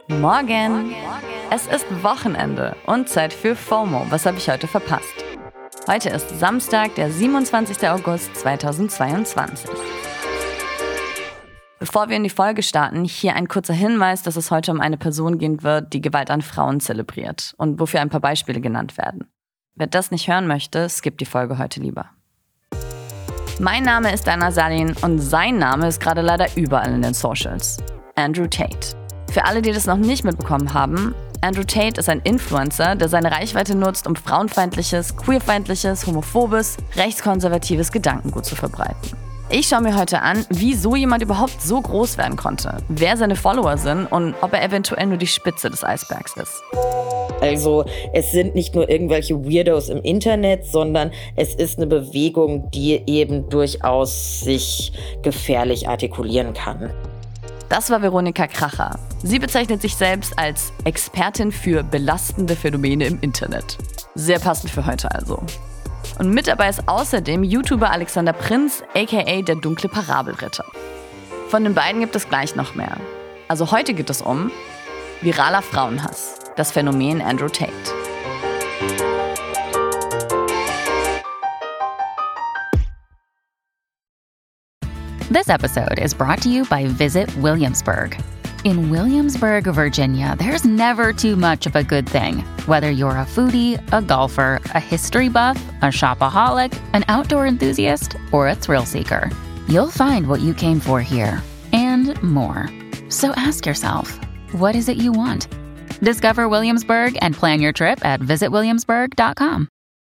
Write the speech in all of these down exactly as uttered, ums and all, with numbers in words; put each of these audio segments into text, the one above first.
Morgen! Es ist Wochenende und Zeit für FOMO. Was habe ich heute verpasst? Heute ist Samstag, der siebenundzwanzigster August zweitausendzweiundzwanzig. Bevor wir in die Folge starten, hier ein kurzer Hinweis, dass es heute um eine Person gehen wird, die Gewalt an Frauen zelebriert und wofür ein paar Beispiele genannt werden. Wer das nicht hören möchte, skippt die Folge heute lieber. Mein Name ist Dana Salin und sein Name ist gerade leider überall in den Socials. Andrew Tate. Für alle, die das noch nicht mitbekommen haben, Andrew Tate ist ein Influencer, der seine Reichweite nutzt, um frauenfeindliches, queerfeindliches, homophobes, rechtskonservatives Gedankengut zu verbreiten. Ich schaue mir heute an, wie so jemand überhaupt so groß werden konnte, wer seine Follower sind und ob er eventuell nur die Spitze des Eisbergs ist. Also es sind nicht nur irgendwelche Weirdos im Internet, sondern es ist eine Bewegung, die eben durchaus sich gefährlich artikulieren kann. Das war Veronika Kracher. Sie bezeichnet sich selbst als Expertin für belastende Phänomene im Internet. Sehr passend für heute also. Und mit dabei ist außerdem YouTuber Alexander Prinz, aka der dunkle Parabelritter. Von den beiden gibt es gleich noch mehr. Also heute geht es um viraler Frauenhass, das Phänomen Andrew Tate. This episode is brought to you by Visit Williamsburg. In Williamsburg, Virginia, there's never too much of a good thing. Whether you're a foodie, a golfer, a history buff, a shopaholic, an outdoor enthusiast, or a thrill seeker, you'll find what you came for here and more. So ask yourself, what is it you want? Discover Williamsburg and plan your trip at visit williamsburg dot com.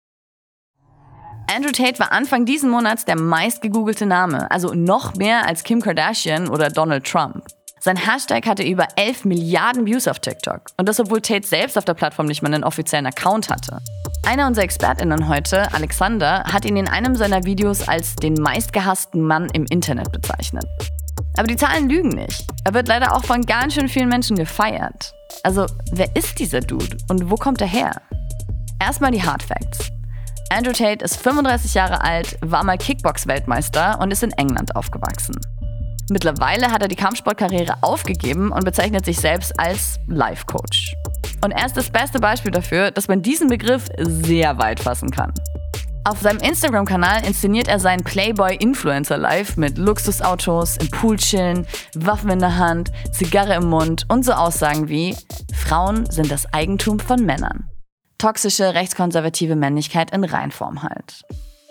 Andrew Tate war Anfang diesen Monats der meistgegoogelte Name, also noch mehr als Kim Kardashian oder Donald Trump. Sein Hashtag hatte über elf Milliarden Views auf TikTok. Und das, obwohl Tate selbst auf der Plattform nicht mal einen offiziellen Account hatte. Einer unserer ExpertInnen heute, Alexander, hat ihn in einem seiner Videos als den meistgehassten Mann im Internet bezeichnet. Aber die Zahlen lügen nicht. Er wird leider auch von ganz schön vielen Menschen gefeiert. Also, wer ist dieser Dude und wo kommt er her? Erstmal die Hard Facts. Andrew Tate ist fünfunddreißig Jahre alt, war mal Kickbox-Weltmeister und ist in England aufgewachsen. Mittlerweile hat er die Kampfsportkarriere aufgegeben und bezeichnet sich selbst als Life-Coach. Und er ist das beste Beispiel dafür, dass man diesen Begriff sehr weit fassen kann. Auf seinem Instagram-Kanal inszeniert er seinen Playboy-Influencer-Life mit Luxusautos, im Pool chillen, Waffen in der Hand, Zigarre im Mund und so Aussagen wie „Frauen sind das Eigentum von Männern". Toxische, rechtskonservative Männlichkeit in Reinform halt.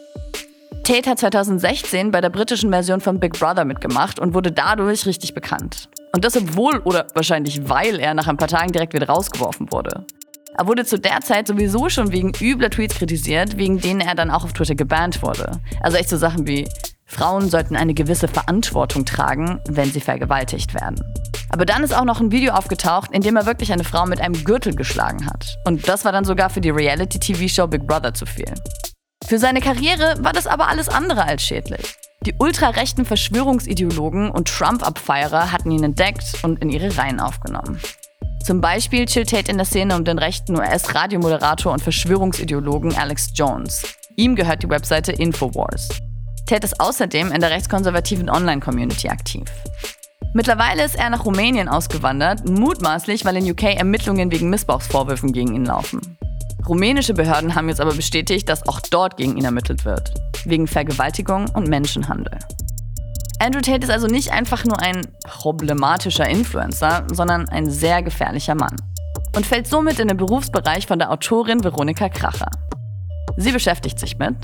Tate hat zweitausendsechzehn bei der britischen Version von Big Brother mitgemacht und wurde dadurch richtig bekannt. Und das obwohl oder wahrscheinlich weil er nach ein paar Tagen direkt wieder rausgeworfen wurde. Er wurde zu der Zeit sowieso schon wegen übler Tweets kritisiert, wegen denen er dann auch auf Twitter gebannt wurde. Also echt so Sachen wie Frauen sollten eine gewisse Verantwortung tragen, wenn sie vergewaltigt werden. Aber dann ist auch noch ein Video aufgetaucht, in dem er wirklich eine Frau mit einem Gürtel geschlagen hat. Und das war dann sogar für die Reality-T V-Show Big Brother zu viel. Für seine Karriere war das aber alles andere als schädlich. Die ultrarechten Verschwörungsideologen und Trump-Abfeierer hatten ihn entdeckt und in ihre Reihen aufgenommen. Zum Beispiel chillt Tate in der Szene um den rechten U S-Radiomoderator und Verschwörungsideologen Alex Jones. Ihm gehört die Webseite Infowars. Tate ist außerdem in der rechtskonservativen Online-Community aktiv. Mittlerweile ist er nach Rumänien ausgewandert, mutmaßlich, weil in U K Ermittlungen wegen Missbrauchsvorwürfen gegen ihn laufen. Rumänische Behörden haben jetzt aber bestätigt, dass auch dort gegen ihn ermittelt wird. Wegen Vergewaltigung und Menschenhandel. Andrew Tate ist also nicht einfach nur ein problematischer Influencer, sondern ein sehr gefährlicher Mann. Und fällt somit in den Berufsbereich von der Autorin Veronika Kracher. Sie beschäftigt sich mit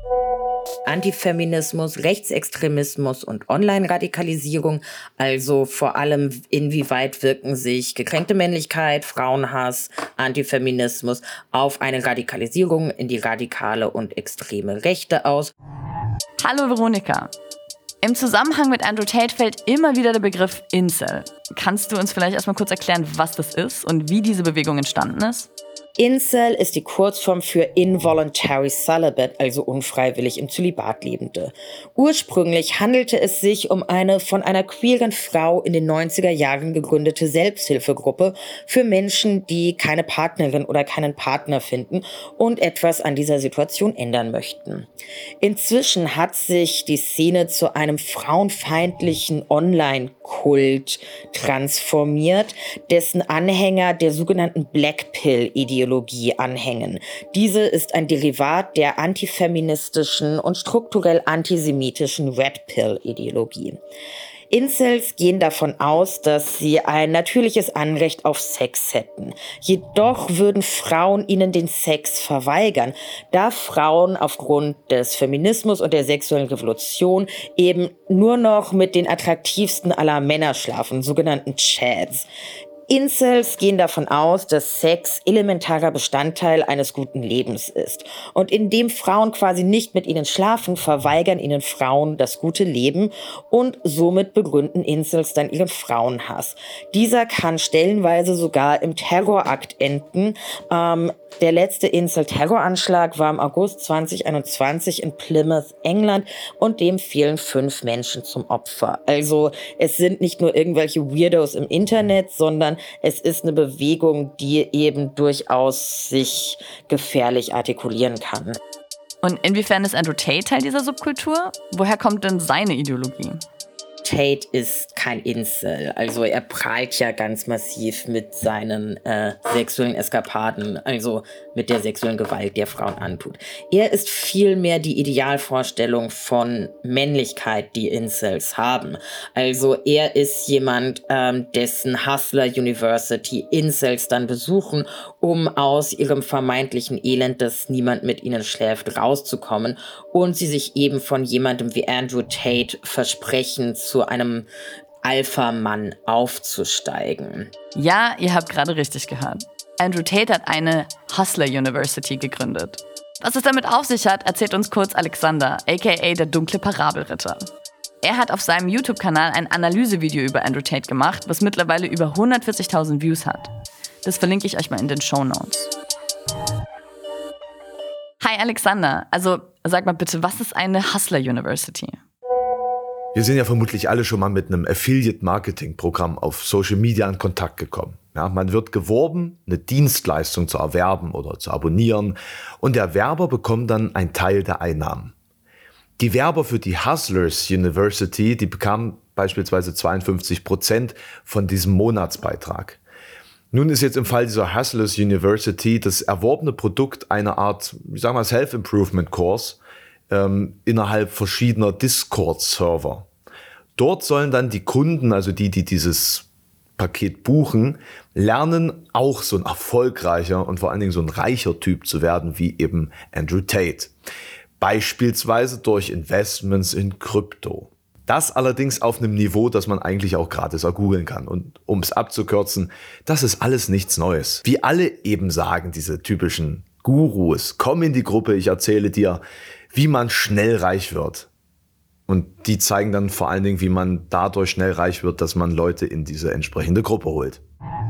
Antifeminismus, Rechtsextremismus und Online-Radikalisierung, also vor allem inwieweit wirken sich gekränkte Männlichkeit, Frauenhass, Antifeminismus auf eine Radikalisierung in die radikale und extreme Rechte aus. Hallo Veronika. Im Zusammenhang mit Andrew Tate fällt immer wieder der Begriff Incel. Kannst du uns vielleicht erstmal kurz erklären, was das ist und wie diese Bewegung entstanden ist? Incel ist die Kurzform für Involuntary Celibate, also unfreiwillig im Zölibat Lebende. Ursprünglich handelte es sich um eine von einer queeren Frau in den neunziger Jahren gegründete Selbsthilfegruppe für Menschen, die keine Partnerin oder keinen Partner finden und etwas an dieser Situation ändern möchten. Inzwischen hat sich die Szene zu einem frauenfeindlichen Online- Kult transformiert, dessen Anhänger der sogenannten Black Pill-Ideologie anhängen. Diese ist ein Derivat der antifeministischen und strukturell antisemitischen Red Pill-Ideologie. Incels gehen davon aus, dass sie ein natürliches Anrecht auf Sex hätten. Jedoch würden Frauen ihnen den Sex verweigern, da Frauen aufgrund des Feminismus und der sexuellen Revolution eben nur noch mit den attraktivsten aller Männer schlafen, sogenannten Chads. Incels gehen davon aus, dass Sex elementarer Bestandteil eines guten Lebens ist. Und indem Frauen quasi nicht mit ihnen schlafen, verweigern ihnen Frauen das gute Leben und somit begründen Incels dann ihren Frauenhass. Dieser kann stellenweise sogar im Terrorakt enden. Ähm, der letzte Incel-Terroranschlag war im August zwanzig einundzwanzig in Plymouth, England, und dem fielen fünf Menschen zum Opfer. Also es sind nicht nur irgendwelche Weirdos im Internet, sondern es ist eine Bewegung, die eben durchaus sich gefährlich artikulieren kann. Und inwiefern ist Andrew Tate Teil dieser Subkultur? Woher kommt denn seine Ideologie? Tate ist kein Incel, also er prahlt ja ganz massiv mit seinen äh, sexuellen Eskapaden, also mit der sexuellen Gewalt, die er Frauen antut. Er ist vielmehr die Idealvorstellung von Männlichkeit, die Incels haben. Also er ist jemand, ähm, dessen Hustler University Incels dann besuchen, um aus ihrem vermeintlichen Elend, dass niemand mit ihnen schläft, rauszukommen, und sie sich eben von jemandem wie Andrew Tate versprechen, zu einem Alpha-Mann aufzusteigen. Ja, ihr habt gerade richtig gehört. Andrew Tate hat eine Hustler University gegründet. Was es damit auf sich hat, erzählt uns kurz Alexander, aka der dunkle Parabelritter. Er hat auf seinem YouTube-Kanal ein Analysevideo über Andrew Tate gemacht, was mittlerweile über hundertvierzigtausend Views hat. Das verlinke ich euch mal in den Shownotes. Hi Alexander, also sag mal bitte, was ist eine Hustler University? Wir sind ja vermutlich alle schon mal mit einem Affiliate-Marketing-Programm auf Social Media in Kontakt gekommen. Ja, man wird geworben, eine Dienstleistung zu erwerben oder zu abonnieren, und der Werber bekommt dann einen Teil der Einnahmen. Die Werber für die Hustlers University, die bekamen beispielsweise zweiundfünfzig Prozent von diesem Monatsbeitrag. Nun ist jetzt im Fall dieser Hustlers University das erworbene Produkt eine Art, ich sag mal, Self-Improvement-Kurs ähm, innerhalb verschiedener Discord-Server. Dort sollen dann die Kunden, also die, die dieses Paket buchen, lernen, auch so ein erfolgreicher und vor allen Dingen so ein reicher Typ zu werden wie eben Andrew Tate. Beispielsweise durch Investments in Krypto. Das allerdings auf einem Niveau, das man eigentlich auch gratis ergoogeln kann. Und um es abzukürzen, das ist alles nichts Neues. Wie alle eben sagen, diese typischen Gurus, komm in die Gruppe, ich erzähle dir, wie man schnell reich wird. Und die zeigen dann vor allen Dingen, wie man dadurch schnell reich wird, dass man Leute in diese entsprechende Gruppe holt.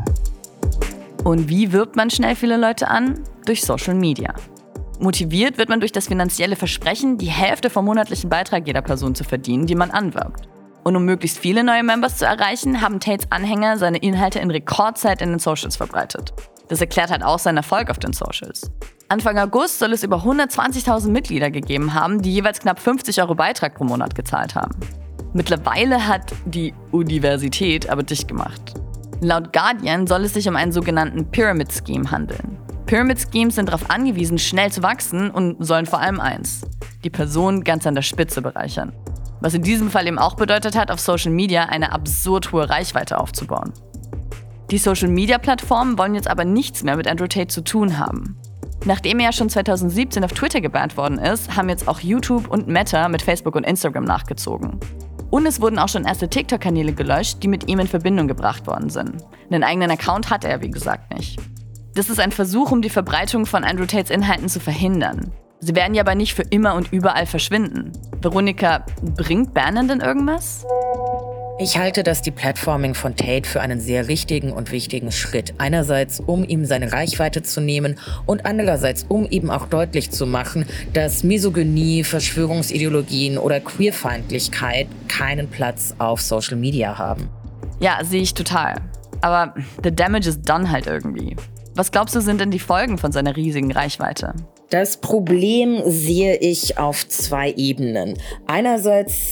Und wie wirbt man schnell viele Leute an? Durch Social Media. Motiviert wird man durch das finanzielle Versprechen, die Hälfte vom monatlichen Beitrag jeder Person zu verdienen, die man anwirbt. Und um möglichst viele neue Members zu erreichen, haben Tates Anhänger seine Inhalte in Rekordzeit in den Socials verbreitet. Das erklärt halt auch seinen Erfolg auf den Socials. Anfang August soll es über hundertzwanzigtausend Mitglieder gegeben haben, die jeweils knapp fünfzig Euro Beitrag pro Monat gezahlt haben. Mittlerweile hat die Universität aber dicht gemacht. Laut Guardian soll es sich um einen sogenannten Pyramid Scheme handeln. Pyramid Schemes sind darauf angewiesen, schnell zu wachsen, und sollen vor allem eins: die Person ganz an der Spitze bereichern. Was in diesem Fall eben auch bedeutet hat, auf Social Media eine absurd hohe Reichweite aufzubauen. Die Social Media Plattformen wollen jetzt aber nichts mehr mit Andrew Tate zu tun haben. Nachdem er ja schon zweitausendsiebzehn auf Twitter gebannt worden ist, haben jetzt auch YouTube und Meta mit Facebook und Instagram nachgezogen. Und es wurden auch schon erste TikTok-Kanäle gelöscht, die mit ihm in Verbindung gebracht worden sind. Einen eigenen Account hat er, wie gesagt, nicht. Das ist ein Versuch, um die Verbreitung von Andrew Tates Inhalten zu verhindern. Sie werden ja aber nicht für immer und überall verschwinden. Veronika, bringt Bannen denn irgendwas? Ich halte das Deplatforming von Tate für einen sehr richtigen und wichtigen Schritt. Einerseits, um ihm seine Reichweite zu nehmen, und andererseits, um eben auch deutlich zu machen, dass Misogynie, Verschwörungsideologien oder Queerfeindlichkeit keinen Platz auf Social Media haben. Ja, sehe ich total. Aber the damage is done halt irgendwie. Was glaubst du, sind denn die Folgen von seiner riesigen Reichweite? Das Problem sehe ich auf zwei Ebenen. Einerseits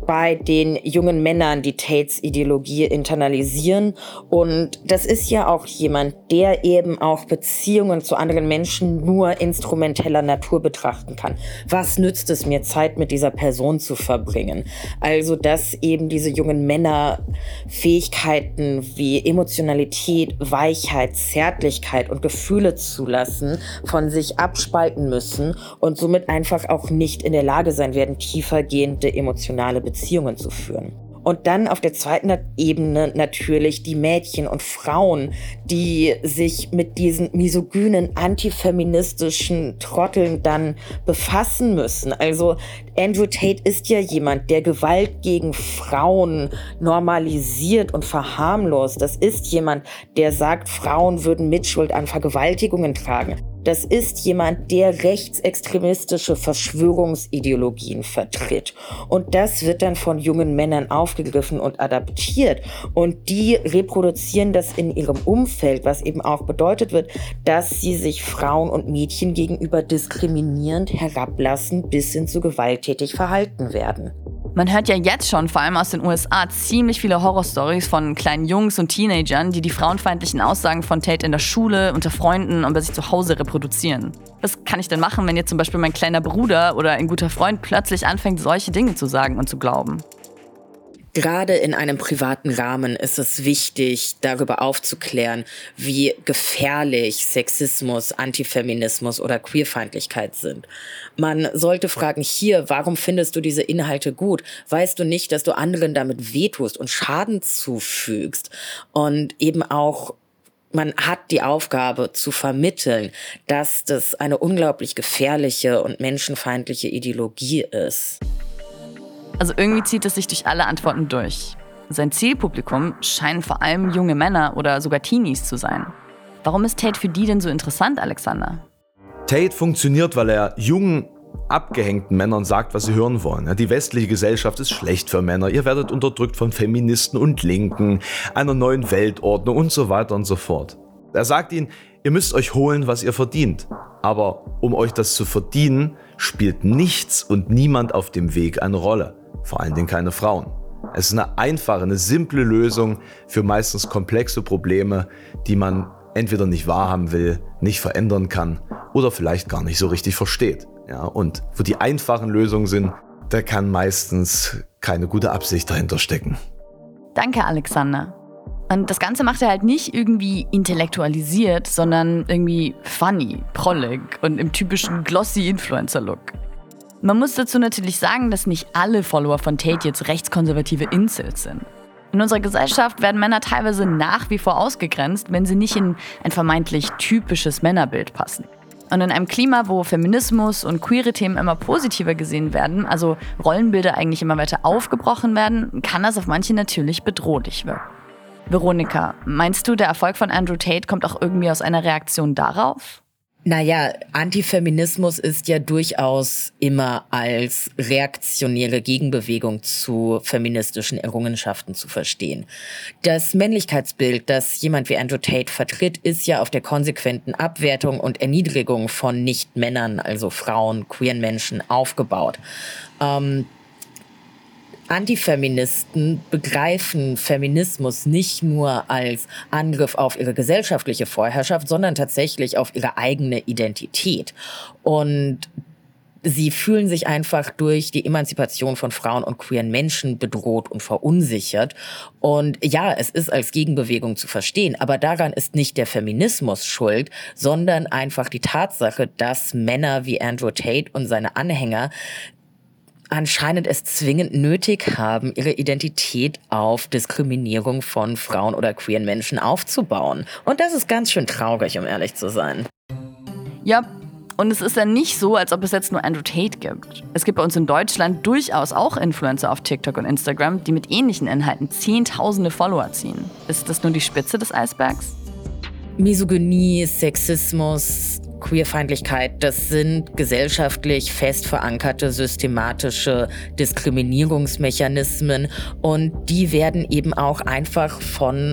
bei den jungen Männern, die Tates Ideologie internalisieren. Und das ist ja auch jemand, der eben auch Beziehungen zu anderen Menschen nur instrumenteller Natur betrachten kann. Was nützt es mir, Zeit mit dieser Person zu verbringen? Also, dass eben diese jungen Männer Fähigkeiten wie Emotionalität, Weichheit, Zärtlichkeit und Gefühle zulassen, von sich abspalten müssen und somit einfach auch nicht in der Lage sein werden, tiefergehende emotionale Beziehungen Beziehungen zu führen. Und dann auf der zweiten Ebene natürlich die Mädchen und Frauen, die sich mit diesen misogynen, antifeministischen Trotteln dann befassen müssen. Also Andrew Tate ist ja jemand, der Gewalt gegen Frauen normalisiert und verharmlost. Das ist jemand, der sagt, Frauen würden Mitschuld an Vergewaltigungen tragen. Das ist jemand, der rechtsextremistische Verschwörungsideologien vertritt. Und das wird dann von jungen Männern aufgegriffen und adaptiert. Und die reproduzieren das in ihrem Umfeld, was eben auch bedeutet wird, dass sie sich Frauen und Mädchen gegenüber diskriminierend herablassen bis hin zu gewalttätig verhalten werden. Man hört ja jetzt schon, vor allem aus den U S A, ziemlich viele Horrorstories von kleinen Jungs und Teenagern, die die frauenfeindlichen Aussagen von Tate in der Schule, unter Freunden und bei sich zu Hause reproduzieren. Was kann ich denn machen, wenn jetzt zum Beispiel mein kleiner Bruder oder ein guter Freund plötzlich anfängt, solche Dinge zu sagen und zu glauben? Gerade in einem privaten Rahmen ist es wichtig, darüber aufzuklären, wie gefährlich Sexismus, Antifeminismus oder Queerfeindlichkeit sind. Man sollte fragen, hier, warum findest du diese Inhalte gut? Weißt du nicht, dass du anderen damit wehtust und Schaden zufügst? Und eben auch, man hat die Aufgabe zu vermitteln, dass das eine unglaublich gefährliche und menschenfeindliche Ideologie ist. Also irgendwie zieht es sich durch alle Antworten durch. Sein Zielpublikum scheinen vor allem junge Männer oder sogar Teenies zu sein. Warum ist Tate für die denn so interessant, Alexander? Tate funktioniert, weil er jungen, abgehängten Männern sagt, was sie hören wollen. Die westliche Gesellschaft ist schlecht für Männer, ihr werdet unterdrückt von Feministen und Linken, einer neuen Weltordnung und so weiter und so fort. Er sagt ihnen, ihr müsst euch holen, was ihr verdient. Aber um euch das zu verdienen, spielt nichts und niemand auf dem Weg eine Rolle. Vor allen Dingen keine Frauen. Es ist eine einfache, eine simple Lösung für meistens komplexe Probleme, die man entweder nicht wahrhaben will, nicht verändern kann oder vielleicht gar nicht so richtig versteht. Ja, und wo die einfachen Lösungen sind, da kann meistens keine gute Absicht dahinter stecken. Danke, Alexander. Und das Ganze macht er halt nicht irgendwie intellektualisiert, sondern irgendwie funny, prollig und im typischen glossy Influencer-Look. Man muss dazu natürlich sagen, dass nicht alle Follower von Tate jetzt rechtskonservative Incels sind. In unserer Gesellschaft werden Männer teilweise nach wie vor ausgegrenzt, wenn sie nicht in ein vermeintlich typisches Männerbild passen. Und in einem Klima, wo Feminismus und queere Themen immer positiver gesehen werden, also Rollenbilder eigentlich immer weiter aufgebrochen werden, kann das auf manche natürlich bedrohlich wirken. Veronika, meinst du, der Erfolg von Andrew Tate kommt auch irgendwie aus einer Reaktion darauf? Naja, Antifeminismus ist ja durchaus immer als reaktionäre Gegenbewegung zu feministischen Errungenschaften zu verstehen. Das Männlichkeitsbild, das jemand wie Andrew Tate vertritt, ist ja auf der konsequenten Abwertung und Erniedrigung von Nicht-Männern, also Frauen, queeren Menschen, aufgebaut. Ähm, Antifeministen begreifen Feminismus nicht nur als Angriff auf ihre gesellschaftliche Vorherrschaft, sondern tatsächlich auf ihre eigene Identität. Und sie fühlen sich einfach durch die Emanzipation von Frauen und queeren Menschen bedroht und verunsichert. Und ja, es ist als Gegenbewegung zu verstehen, aber daran ist nicht der Feminismus schuld, sondern einfach die Tatsache, dass Männer wie Andrew Tate und seine Anhänger anscheinend es zwingend nötig haben, ihre Identität auf Diskriminierung von Frauen oder queeren Menschen aufzubauen. Und das ist ganz schön traurig, um ehrlich zu sein. Ja, und es ist ja nicht so, als ob es jetzt nur Andrew Tate gibt. Es gibt bei uns in Deutschland durchaus auch Influencer auf TikTok und Instagram, die mit ähnlichen Inhalten zehntausende Follower ziehen. Ist das nur die Spitze des Eisbergs? Misogynie, Sexismus, Queerfeindlichkeit, das sind gesellschaftlich fest verankerte systematische Diskriminierungsmechanismen und die werden eben auch einfach von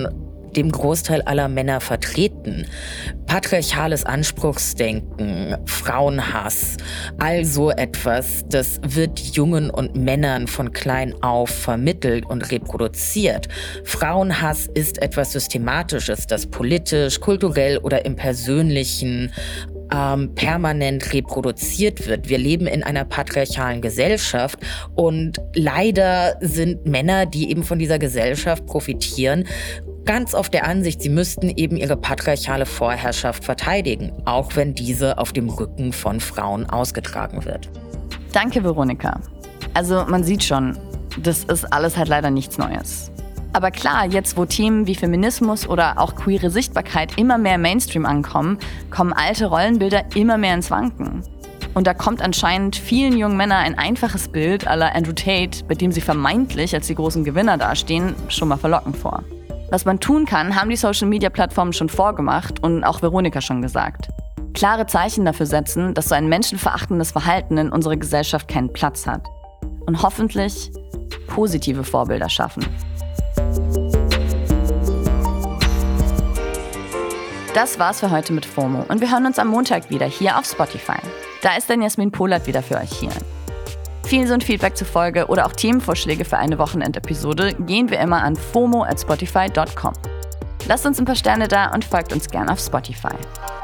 dem Großteil aller Männer vertreten. Patriarchales Anspruchsdenken, Frauenhass, all so etwas, das wird Jungen und Männern von klein auf vermittelt und reproduziert. Frauenhass ist etwas Systematisches, das politisch, kulturell oder im Persönlichen ähm, permanent reproduziert wird. Wir leben in einer patriarchalen Gesellschaft und leider sind Männer, die eben von dieser Gesellschaft profitieren, ganz oft der Ansicht, sie müssten eben ihre patriarchale Vorherrschaft verteidigen, auch wenn diese auf dem Rücken von Frauen ausgetragen wird. Danke, Veronika. Also man sieht schon, das ist alles halt leider nichts Neues. Aber klar, jetzt wo Themen wie Feminismus oder auch queere Sichtbarkeit immer mehr im Mainstream ankommen, kommen alte Rollenbilder immer mehr ins Wanken. Und da kommt anscheinend vielen jungen Männern ein einfaches Bild à la Andrew Tate, bei dem sie vermeintlich als die großen Gewinner dastehen, schon mal verlockend vor. Was man tun kann, haben die Social-Media-Plattformen schon vorgemacht und auch Veronika schon gesagt. Klare Zeichen dafür setzen, dass so ein menschenverachtendes Verhalten in unserer Gesellschaft keinen Platz hat. Und hoffentlich positive Vorbilder schaffen. Das war's für heute mit FOMO und wir hören uns am Montag wieder hier auf Spotify. Da ist dann Jasmin Polat wieder für euch hier. Feeds und Feedback zur Folge oder auch Themenvorschläge für eine Wochenendepisode gehen wir immer an fomo at spotify dot com. Lasst uns ein paar Sterne da und folgt uns gern auf Spotify.